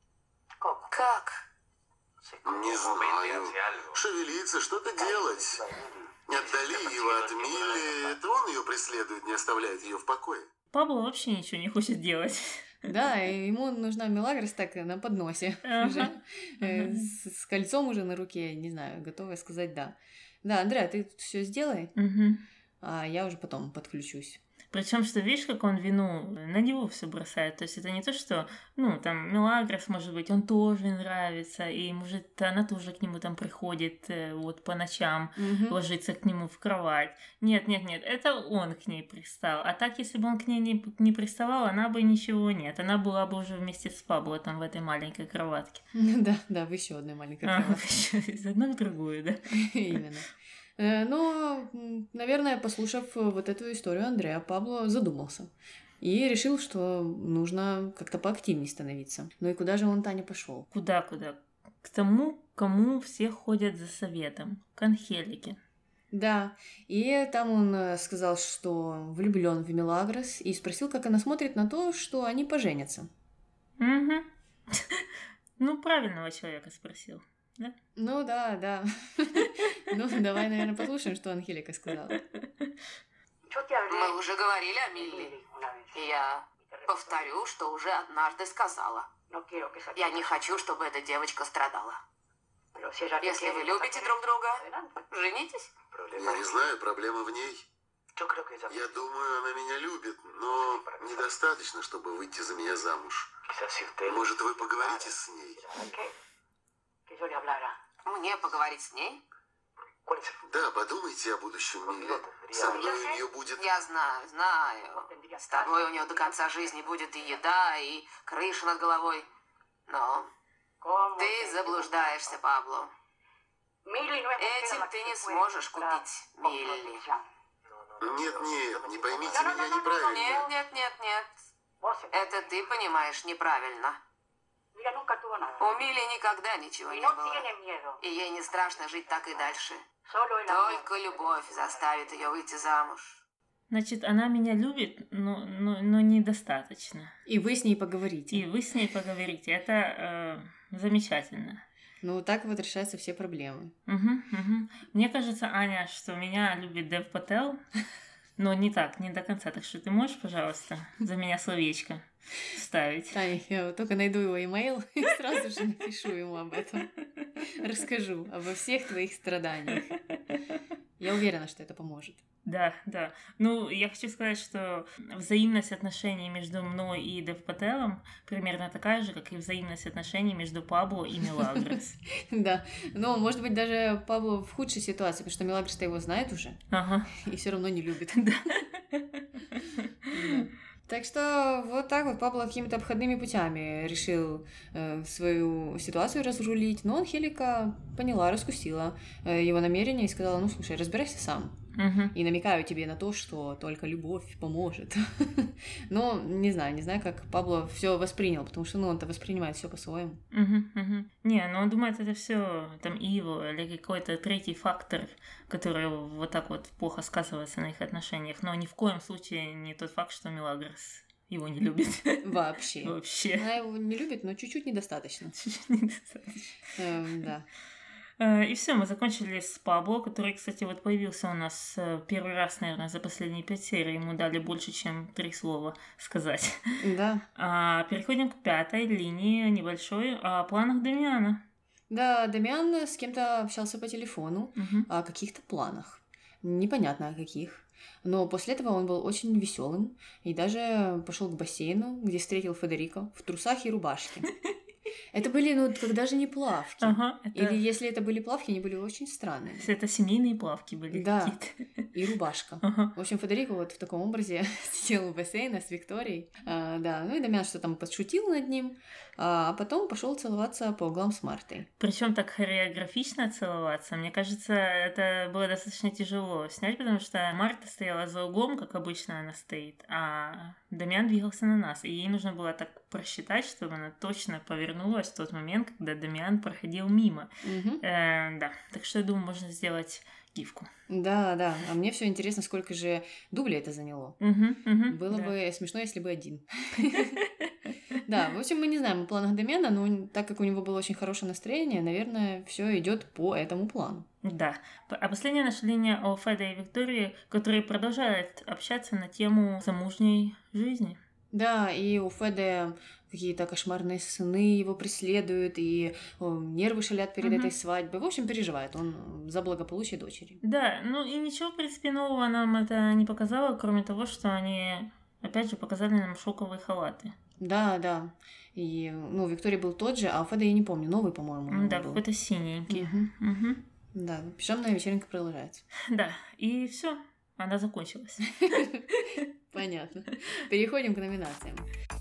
Как? Не знаю. Шевелиться, что-то делать. Не отдали его от Милли, это он ее преследует, не оставляет ее в покое. Пабло вообще ничего не хочет делать. Да, ему нужна Милагрос так на подносе. Ага. Уже, э, с, с кольцом уже на руке, не знаю, готова сказать да. Да, Андреа, ты все сделай, Угу. а я уже потом подключусь. Причем, что видишь, как он вину на него все бросает. То есть это не то, что, ну, там, Милагрос, может быть, он тоже нравится, и, может, она тоже к нему там приходит э, вот по ночам, Мгм. ложится к нему в кровать. Нет, нет, нет, это он к ней пристал. А так, если бы он к ней не, не приставал, она бы ничего нет. Она была бы уже вместе с Пабло там в этой маленькой кроватке. Да, да, в еще одной маленькой А, кроватке. из одной в другую, да. Именно. Э, Но, м, наверное, послушав вот эту историю Андреа, Пабло задумался и решил, что нужно как-то поактивнее становиться. Ну и куда же он, Таня, пошел? Куда-куда? К тому, кому все ходят за советом. К Анхелике. Да, и там он э, сказал, что влюблен в Милагрос, и спросил, как она смотрит на то, что они поженятся. Угу. Ну, правильного человека спросил. Да? Ну да, да. Ну, давай, наверное, послушаем, что Анхелика сказала. Мы уже говорили о Милли. И я повторю, что уже однажды сказала. Я не хочу, чтобы эта девочка страдала. Если вы любите друг друга, женитесь. Я не знаю, проблема в ней. Я думаю, она меня любит, но недостаточно, чтобы выйти за меня замуж. Может, вы поговорите с ней? Мне поговорить с ней? Да, подумайте о будущем Милли. Со мной у нее будет... Я знаю, знаю. С тобой у нее до конца жизни будет и еда, и крыша над головой. Но ты заблуждаешься, Пабло. Этим ты не сможешь купить Милли. Нет, нет, не поймите меня неправильно. Нет, нет, нет, нет. Это ты понимаешь неправильно. У Милли никогда ничего не было. И ей не страшно жить так и дальше. Только любовь заставит ее выйти замуж. Значит, она меня любит, но, но, но недостаточно. И вы с ней поговорите. И вы с ней поговорите. Это э, замечательно. Ну, так вот решаются все проблемы. Угу, угу. Мне кажется, Аня, что меня любит Дев Пател, но не так, не до конца. Так что ты можешь, пожалуйста, за меня словечко вставить? Таня, я вот только найду его имейл и сразу же напишу ему об этом. Расскажу обо всех твоих страданиях. Я уверена, что это поможет. Да, да. Ну, я хочу сказать, что взаимность отношений между мной и Дев Пателом примерно такая же, как и взаимность отношений между Пабло и Милагрос. Да, но, может быть, даже Пабло в худшей ситуации, потому что Милагрос-то его знает уже Ага. и все равно не любит. Да. Да. Так что вот так вот Пабло какими-то обходными путями решил э, свою ситуацию разрулить, но Анхелика поняла, раскусила э, его намерение и сказала: ну, слушай, разбирайся сам. Угу. И намекаю тебе на то, что только любовь поможет. Но не знаю, не знаю, как Пабло все воспринял, потому что ну, он-то воспринимает все по-своему. Угу, угу. Не, ну он думает, это все там его или какой-то третий фактор, который вот так вот плохо сказывается на их отношениях. Но ни в коем случае не тот факт, что Милагрос его не любит. Вообще. Вообще. Она его не любит, но чуть-чуть недостаточно. Чуть-чуть недостаточно. Эм, да. Э, И все, мы закончили с Пабло, который, кстати, вот появился у нас э, первый раз, наверное, за последние пять серий. Ему дали больше, чем три слова сказать. Да. А, переходим к пятой линии небольшой о планах Дамиана. Да, Дамиан с кем-то общался по телефону Мгм. о каких-то планах. Непонятно о каких. Но после этого он был очень веселым и даже пошел к бассейну, где встретил Федерико в трусах и рубашке. Это были, ну, когда же не плавки. Ага, это... Или если это были плавки, они были очень странные. Это семейные плавки были да. какие-то. И рубашка. Ага. В общем, Федерико вот в таком образе сидел у бассейна с Викторией. А, да, ну и Дамиан что там подшутил над ним, а потом пошел целоваться по углам с Мартой. Причем так хореографично целоваться. Мне кажется, это было достаточно тяжело снять, потому что Марта стояла за углом, как обычно она стоит, а Дамиан двигался на нас. И ей нужно было так просчитать, чтобы она точно повернулась в тот момент, когда Дамиан проходил мимо. Угу. Э, да, так что я думаю, можно сделать гифку. Да, да. А мне все интересно, сколько же дублей это заняло. Угу, угу, Было да. бы смешно, если бы один. Да, в общем, мы не знаем о планах Дамиана, но так как у него было очень хорошее настроение, наверное, все идет по этому плану. Да. А последняя наша линия о Феде и Виктории, которые продолжают общаться на тему замужней жизни. Да, и у Феде какие-то кошмарные сны его преследуют, и о, нервы шалят перед Угу. этой свадьбой. В общем, переживает он за благополучие дочери. Да, ну и ничего, в принципе, нового нам это не показало, кроме того, что они, опять же, показали нам шелковые халаты. Да, да. И, ну, Виктория был тот же, а у Феде я не помню, новый, по-моему, новый Да, был. какой-то синенький. Мгм. Угу. Да, пижамная вечеринка продолжается. Да, и все, она закончилась. Понятно. Переходим к номинациям.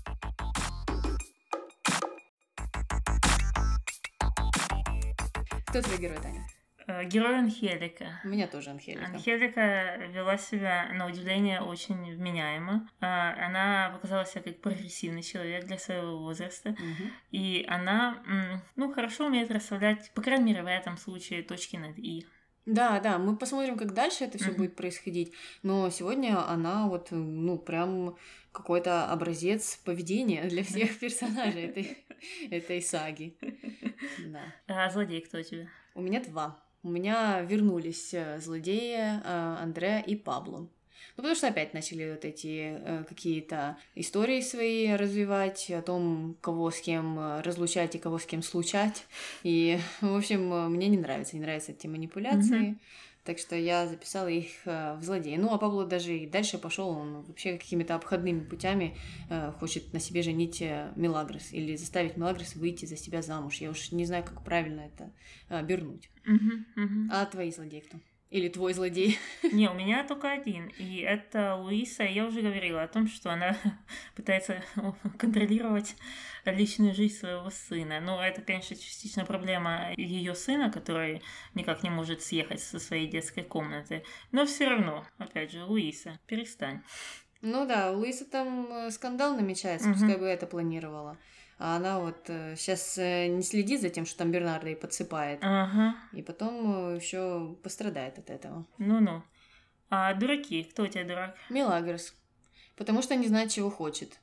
Кто твой герой, Таня? Э, Герой Анхелика. У меня тоже Анхелика. Анхелика вела себя, на удивление, очень вменяемо. А, Она показала себя как прогрессивный человек для своего возраста. Мгм. И она, м, ну, хорошо умеет расставлять, по крайней мере, в этом случае, точки над «и». Да, да, мы посмотрим, как дальше это все Мгм. будет происходить. Но сегодня она вот, ну, прям какой-то образец поведения для всех персонажей этой, этой саги. Да. А злодей кто у тебя? У меня два. У меня вернулись э, злодеи э, Андреа и Пабло. Ну, потому что опять начали вот эти э, какие-то истории свои развивать о том, кого с кем э, разлучать и кого с кем случать. И, в общем, э, мне не нравится, не нравятся эти манипуляции. Мгм. Так что я записала их э, в злодеи. Ну, а Пабло даже и дальше пошел, он вообще какими-то обходными путями э, хочет на себе женить э, Мелагрос или заставить Мелагрос выйти за себя замуж. Я уж не знаю, как правильно это э, обернуть. Мгм, мгм. А твои злодеи кто? Или твой злодей? Не, у меня только один. И это Луиса. Я уже говорила о том, что она пытается контролировать личную жизнь своего сына. Но это, конечно, частично проблема ее сына, который никак не может съехать со своей детской комнаты. Но все равно, опять же, Луиса, перестань. Ну да, у Луисы там э, скандал намечается, Мгм. пускай бы это планировала. А она вот сейчас не следит за тем, что там Бернардо ей подсыпает. Ага. И потом еще пострадает от этого. Ну-ну. А дураки? Кто у тебя дурак? Мелагрос. Потому что не знает, чего хочет.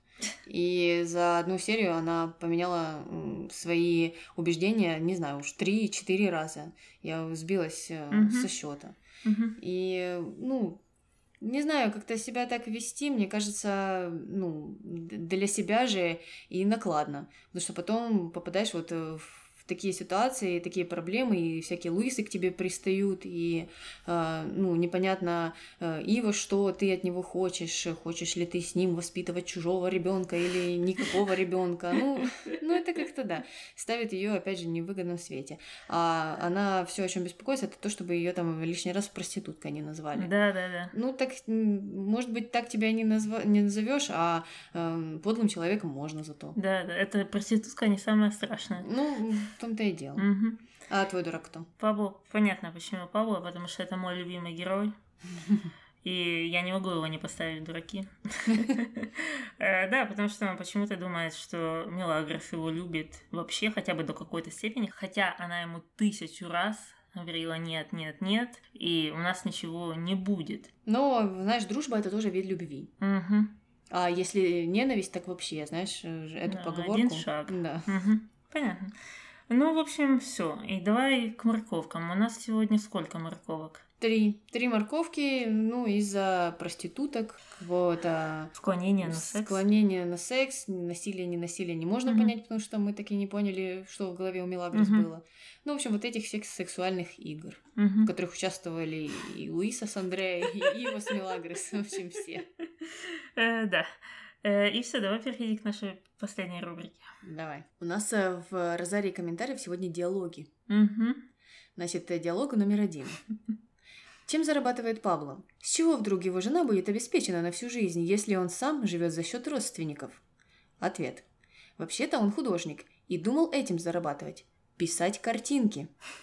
И за одну серию она поменяла м, свои убеждения, не знаю, уж три-четыре раза. Я сбилась э, Мгм. со счета. Мгм. И, ну, не знаю, как-то себя так вести, мне кажется, ну, д- для себя же и накладно. Потому что потом попадаешь вот э, в такие ситуации, такие проблемы, и всякие Луисы к тебе пристают, и, э, ну, непонятно, э, Ива, что ты от него хочешь, хочешь ли ты с ним воспитывать чужого ребенка или никакого ребенка. Ну, ну, это как-то, да, ставит ее, опять же, в невыгодном свете. А она все, о чем беспокоится, это то, чтобы ее там лишний раз проституткой не назвали. Да-да-да. Ну, так, м, может быть, так тебя не, назва... не назовешь, а эм, подлым человеком можно зато. Да-да, это проститутка не самое страшное. Ну, в том-то и дело. Мгм. А твой дурак кто? Пабло, понятно, почему Пабло, потому что это мой любимый герой. И я не могу его не поставить в дураки. Э, Да, потому что он почему-то думает, что Мелагрос его любит вообще хотя бы до какой-то степени, хотя она ему тысячу раз говорила нет, нет, нет, и у нас ничего не будет. Но, знаешь, дружба — это тоже вид любви. Мгм. А если ненависть, так вообще, знаешь, э, эту Да, поговорку... один шаг. Да. Мгм. Понятно. Ну, в общем, все. И давай к морковкам. У нас сегодня сколько морковок? Три. Три морковки, ну, из-за проституток, какого-то Склонение на секс. склонение на секс, насилие, не насилие не можно Мгм. понять, потому что мы так и не поняли, что в голове у Мелагрос Мгм. было. Ну, в общем, вот этих всех сексуальных игр, Мгм. в которых участвовали и Луиса с Андреей, и Ива с Мелагрос, в общем, все. Э, Да. Э, И все, давай переходить к нашей последней рубрике. Давай. У нас э, в розарии комментариев сегодня диалоги. Угу. Значит, диалог номер один. Чем зарабатывает Пабло? С чего вдруг его жена будет обеспечена на всю жизнь, если он сам живет за счет родственников? Ответ. Вообще-то он художник и думал этим зарабатывать. Писать картинки.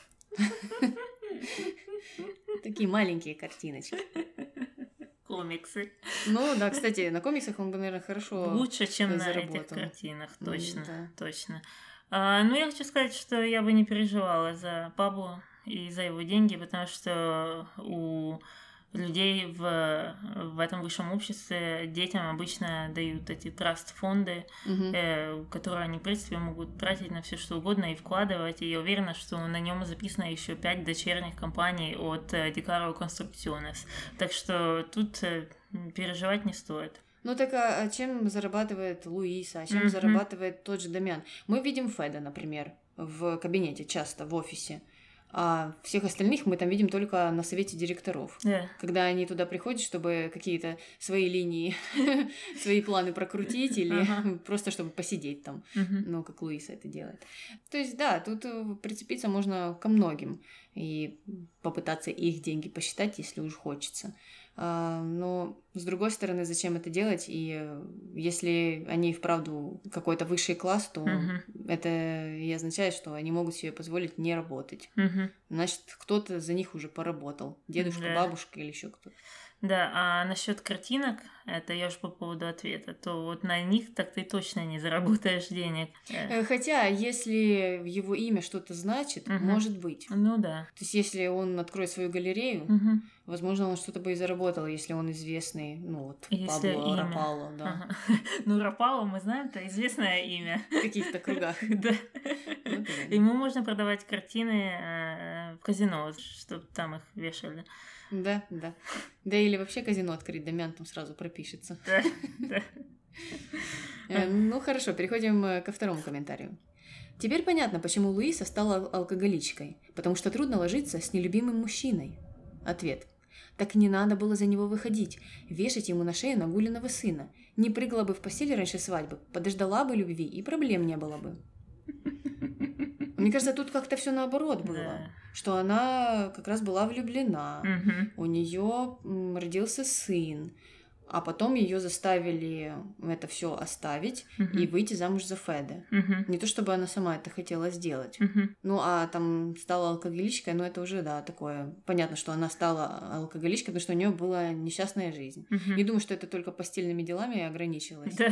Такие маленькие картиночки. Комиксы. Ну да, кстати, на комиксах он бы, наверное, хорошо Лучше, чем на этих картинах, точно, точно. А, ну, я хочу сказать, что я бы не переживала за Пабло и за его деньги, потому что у людей в, в этом высшем обществе детям обычно дают эти траст-фонды, Мгм. э, которые они, в принципе, могут тратить на все что угодно и вкладывать. И я уверена, что на нем записано еще пять дочерних компаний от э, Decaro Construcciones. Так что тут э, переживать не стоит. Ну так а а чем зарабатывает Луиса, а чем Мгм. зарабатывает тот же Дамиан? Мы видим Феда, например, в кабинете часто, в офисе. А всех остальных мы там видим только на совете директоров. Да. Когда они туда приходят, чтобы какие-то свои линии, свои планы прокрутить или Ага. просто чтобы посидеть там, Мгм. ну, как Луиса это делает. То есть, да, тут э, прицепиться можно ко многим и попытаться их деньги посчитать, если уж хочется. А, но, с другой стороны, зачем это делать? И э, если они вправду какой-то высший класс, то Мгм. это и означает, что они могут себе позволить не работать. Мгм. Значит, кто-то за них уже поработал. Дедушка, Да. бабушка или еще кто-то. Да, а насчет картинок, это я уж по поводу ответа, то вот на них так ты точно не заработаешь денег. Э, Э, Хотя, если его имя что-то значит, Мгм. может быть. Ну да. То есть, если он откроет свою галерею, Мгм. возможно, он что-то бы и заработал, если он известный, ну вот, Если Пабло имя. Рапало, да, Ага. Ну, Рапало, мы знаем, это известное имя. в каких-то кругах. Да. Вот именно. Ему можно продавать картины э, в казино, чтобы там их вешали. Да, да. Да или вообще казино открыть, Дамиан там сразу пропишется. Да, да. Э, Ну хорошо, переходим э, ко второму комментарию. Теперь понятно, почему Луиса стала ал- алкоголичкой. Потому что трудно ложиться с нелюбимым мужчиной. Ответ. Так не надо было за него выходить, вешать ему на шею нагуленного сына. Не прыгала бы в постель раньше свадьбы, подождала бы любви, и проблем не было бы. Мне кажется, тут как-то все наоборот было. Да. Что она как раз была влюблена. Мгм. У нее родился сын, а потом ее заставили это все оставить Мгм. и выйти замуж за Феда. Мгм. Не то чтобы она сама это хотела сделать. Мгм. Ну, а там стала алкоголичкой, но это уже, да, такое. Понятно, что она стала алкоголичкой, потому что у нее была несчастная жизнь. Мгм. Не думаю, что это только постельными делами ограничилось. Да.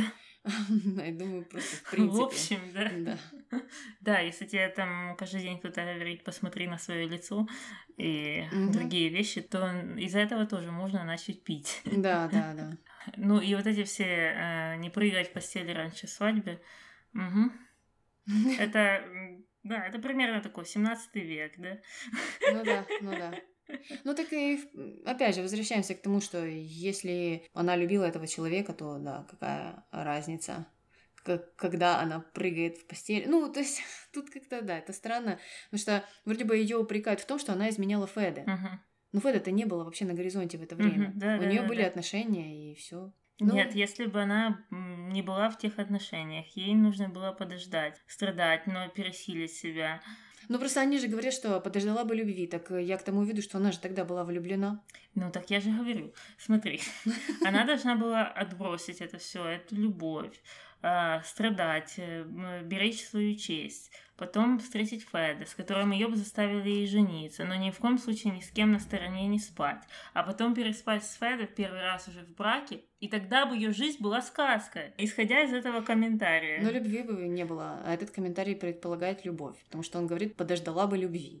Я думаю, просто в В принципе. общем, да. Да. Да, если тебе там каждый день кто-то говорит, посмотри на свое лицо и Мгм. другие вещи, то из-за этого тоже можно начать пить. Да, да, да. Ну и вот эти все э, не прыгать в постели раньше свадьбы. Мгм. Это, м, да, это примерно такой семнадцатый век, да? Ну да, ну да. Ну так и, опять же, возвращаемся к тому, что если она любила этого человека, то да, какая разница, как- когда она прыгает в постель. Ну, то есть тут как-то, да, это странно, потому что вроде бы ее упрекают в том, что она изменяла Феда. Мгм. Но Феда-то не было вообще на горизонте в это Мгм, время. да, У да, нее да, были да. отношения и все. Нет, если бы она м, не была в тех отношениях, ей нужно было подождать, страдать, но пересилить себя. Ну, просто они же говорят, что подождала бы любви. Так э, я к тому веду, что она же тогда была влюблена. Ну, так я же говорю. Смотри, она должна была отбросить это все, эту любовь, а, страдать, э, м, беречь свою честь, потом встретить Феда, с которым ее бы заставили и жениться, но ни в коем случае ни с кем на стороне не спать, а потом переспать с Федом первый раз уже в браке, и тогда бы ее жизнь была сказкой, исходя из этого комментария. Но любви бы не было. А этот комментарий предполагает любовь. Потому что он говорит, подождала бы любви.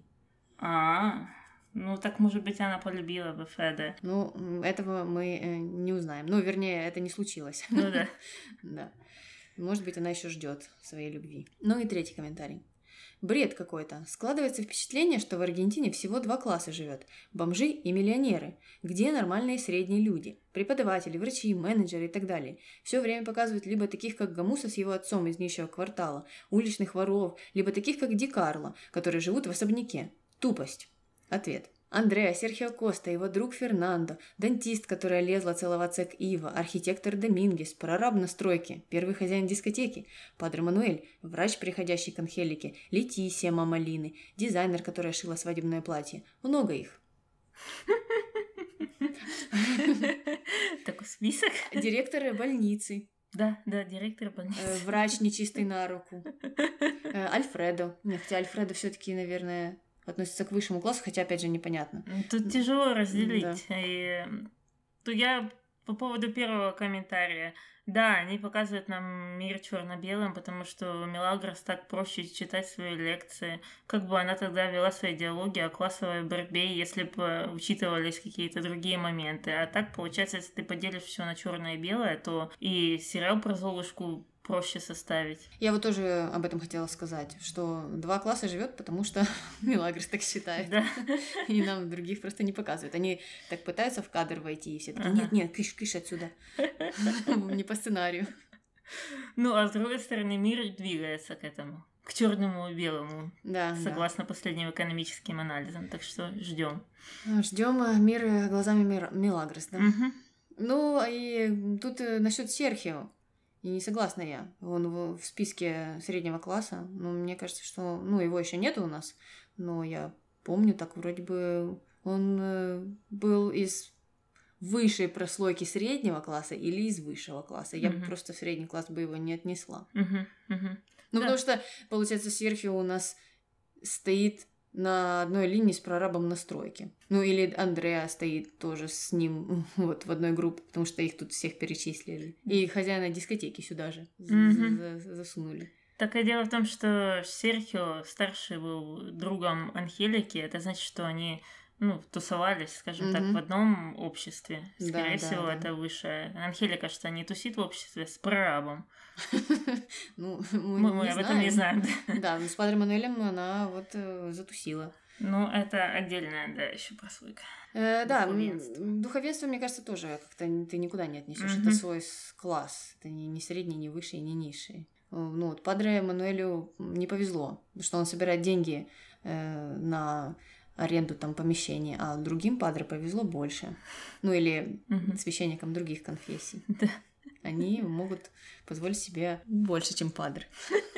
А, ну так может быть она полюбила бы Феда. Ну, м, этого мы э, не узнаем. Ну, вернее, это не случилось. Ну да. Да. Может быть, она еще ждет своей любви. Ну и третий комментарий. Бред какой-то. Складывается впечатление, что в Аргентине всего два класса живет. Бомжи и миллионеры. Где нормальные средние люди? Преподаватели, врачи, менеджеры и так далее. Все время показывают либо таких, как Гамуса с его отцом из нищего квартала, уличных воров, либо таких, как Ди Карло, которые живут в особняке. Тупость. Ответ. Андреа, Серхио Коста, его друг Фернандо, дантист, которая лезла целоваться к Ива, архитектор Домингес, прораб на стройке, первый хозяин дискотеки, падре Мануэль, врач, приходящий к Анхелике, Летисия, мама Лины, дизайнер, которая шила свадебное платье. Много их. Такой список. Директор больницы. Да, да, директор больницы. Врач нечистый на руку. Альфредо. Нет, хотя Альфредо все-таки, наверное, относится к высшему классу, хотя, опять же, непонятно. Тут тяжело разделить. Да. И то я по поводу первого комментария. Да, они показывают нам мир черно-белым, потому что Мелагрос так проще читать свои лекции. Как бы она тогда вела свои диалоги о классовой борьбе, если бы учитывались какие-то другие моменты. А так, получается, если ты поделишь все на черное и белое, то и сериал про Золушку проще составить. Я вот тоже об этом хотела сказать, что два класса живет, потому что Мелагрос так считает. Да. И нам других просто не показывают. Они так пытаются в кадр войти, и все такие, Ага. нет, нет, кыш, кыш отсюда. Не по сценарию. Ну, а с другой стороны, мир двигается к этому. К черному и белому. Да, Согласно последним экономическим анализам. Так что ждем. Ждем мир глазами Мир- Мелагрос, да? Мгм. Ну, и тут насчет Серхио. И не согласна я. Он в, в списке среднего класса. Ну, мне кажется, что... Ну, его еще нет у нас. Но я помню, так вроде бы он э, был из высшей прослойки среднего класса или из высшего класса. Я Мгм. бы просто в средний класс бы его не отнесла. Мгм, мгм. Ну, Да. потому что, получается, Серхио у нас стоит на одной линии с прорабом на стройке. Ну, или Андреа стоит тоже с ним вот в одной группе, потому что их тут всех перечислили. И хозяина дискотеки сюда же з- Мгм. за- за- засунули. Так и дело в том, что Серхио старший был другом Анхелики. Это значит, что они ну, тусовались, скажем так, Мгм. в одном обществе. Да, Скорее да, всего, да. это высшее. Анхелика, что не тусит в обществе с прорабом. Ну, мы, Мы, мы не об этом не знаем. да. Да, но с Падре Мануэлем она вот э, затусила. Ну, это отдельная, да, еще прослойка. Э, да, м, Духовенство. духовенство, мне кажется, тоже как-то н- ты никуда не отнесешь. Мгм. Это свой с- класс. Это не, не средний, не высший, не низший. Э, Ну, вот Падре Мануэлю не повезло, потому что он собирает деньги э, на аренду там помещений, а другим падре повезло больше. Ну, или Мгм. священникам других конфессий. Да. Они могут позволить себе больше, чем падре.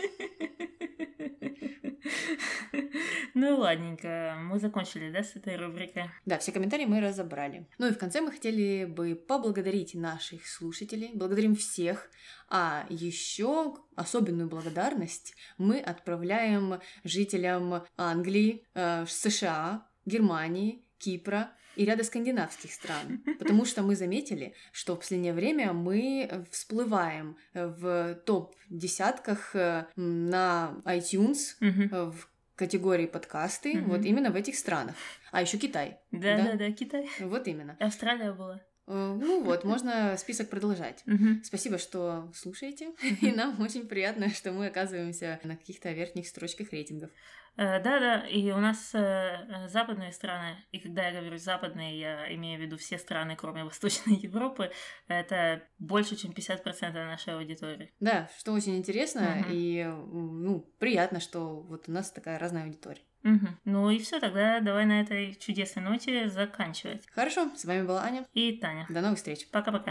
Ну, ладненько. Мы закончили, да, с этой рубрикой? Да, все комментарии мы разобрали. Ну и в конце мы хотели бы поблагодарить наших слушателей. Благодарим всех. А еще особенную благодарность мы отправляем жителям Англии, э, США, Германии, Кипра и ряда скандинавских стран. Потому что мы заметили, что в последнее время мы всплываем в топ-десятках э, на iTunes, Мгм. э, в категории подкасты, Мгм. вот именно в этих странах. А еще Китай. Да, Да. да, да, Китай. Вот именно. Австралия была. Э, Ну вот, можно список продолжать. Мгм. Спасибо, что слушаете, и нам очень приятно, что мы оказываемся на каких-то верхних строчках рейтингов. Э, Да, да, и у нас э, э, западные страны, и когда я говорю западные, я имею в виду все страны, кроме Восточной Европы, это больше, чем пятьдесят процентов нашей аудитории. Да, что очень интересно, Мгм. и м, ну, приятно, что вот у нас такая разная аудитория. Мгм. Ну и все, тогда давай на этой чудесной ноте заканчивать. Хорошо, с вами была Аня. И Таня. До новых встреч. Пока-пока.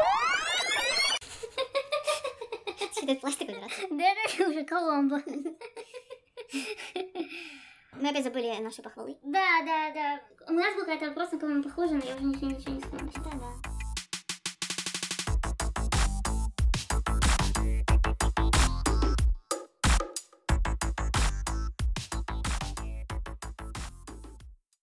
Что-то пластиковый раз. Да, уже Коломбо. Мы опять забыли наши похвалы. Да, да, да. У нас был какой-то вопрос, на кого мы похожи, но я уже ничего, ничего не вспомню. Да, да.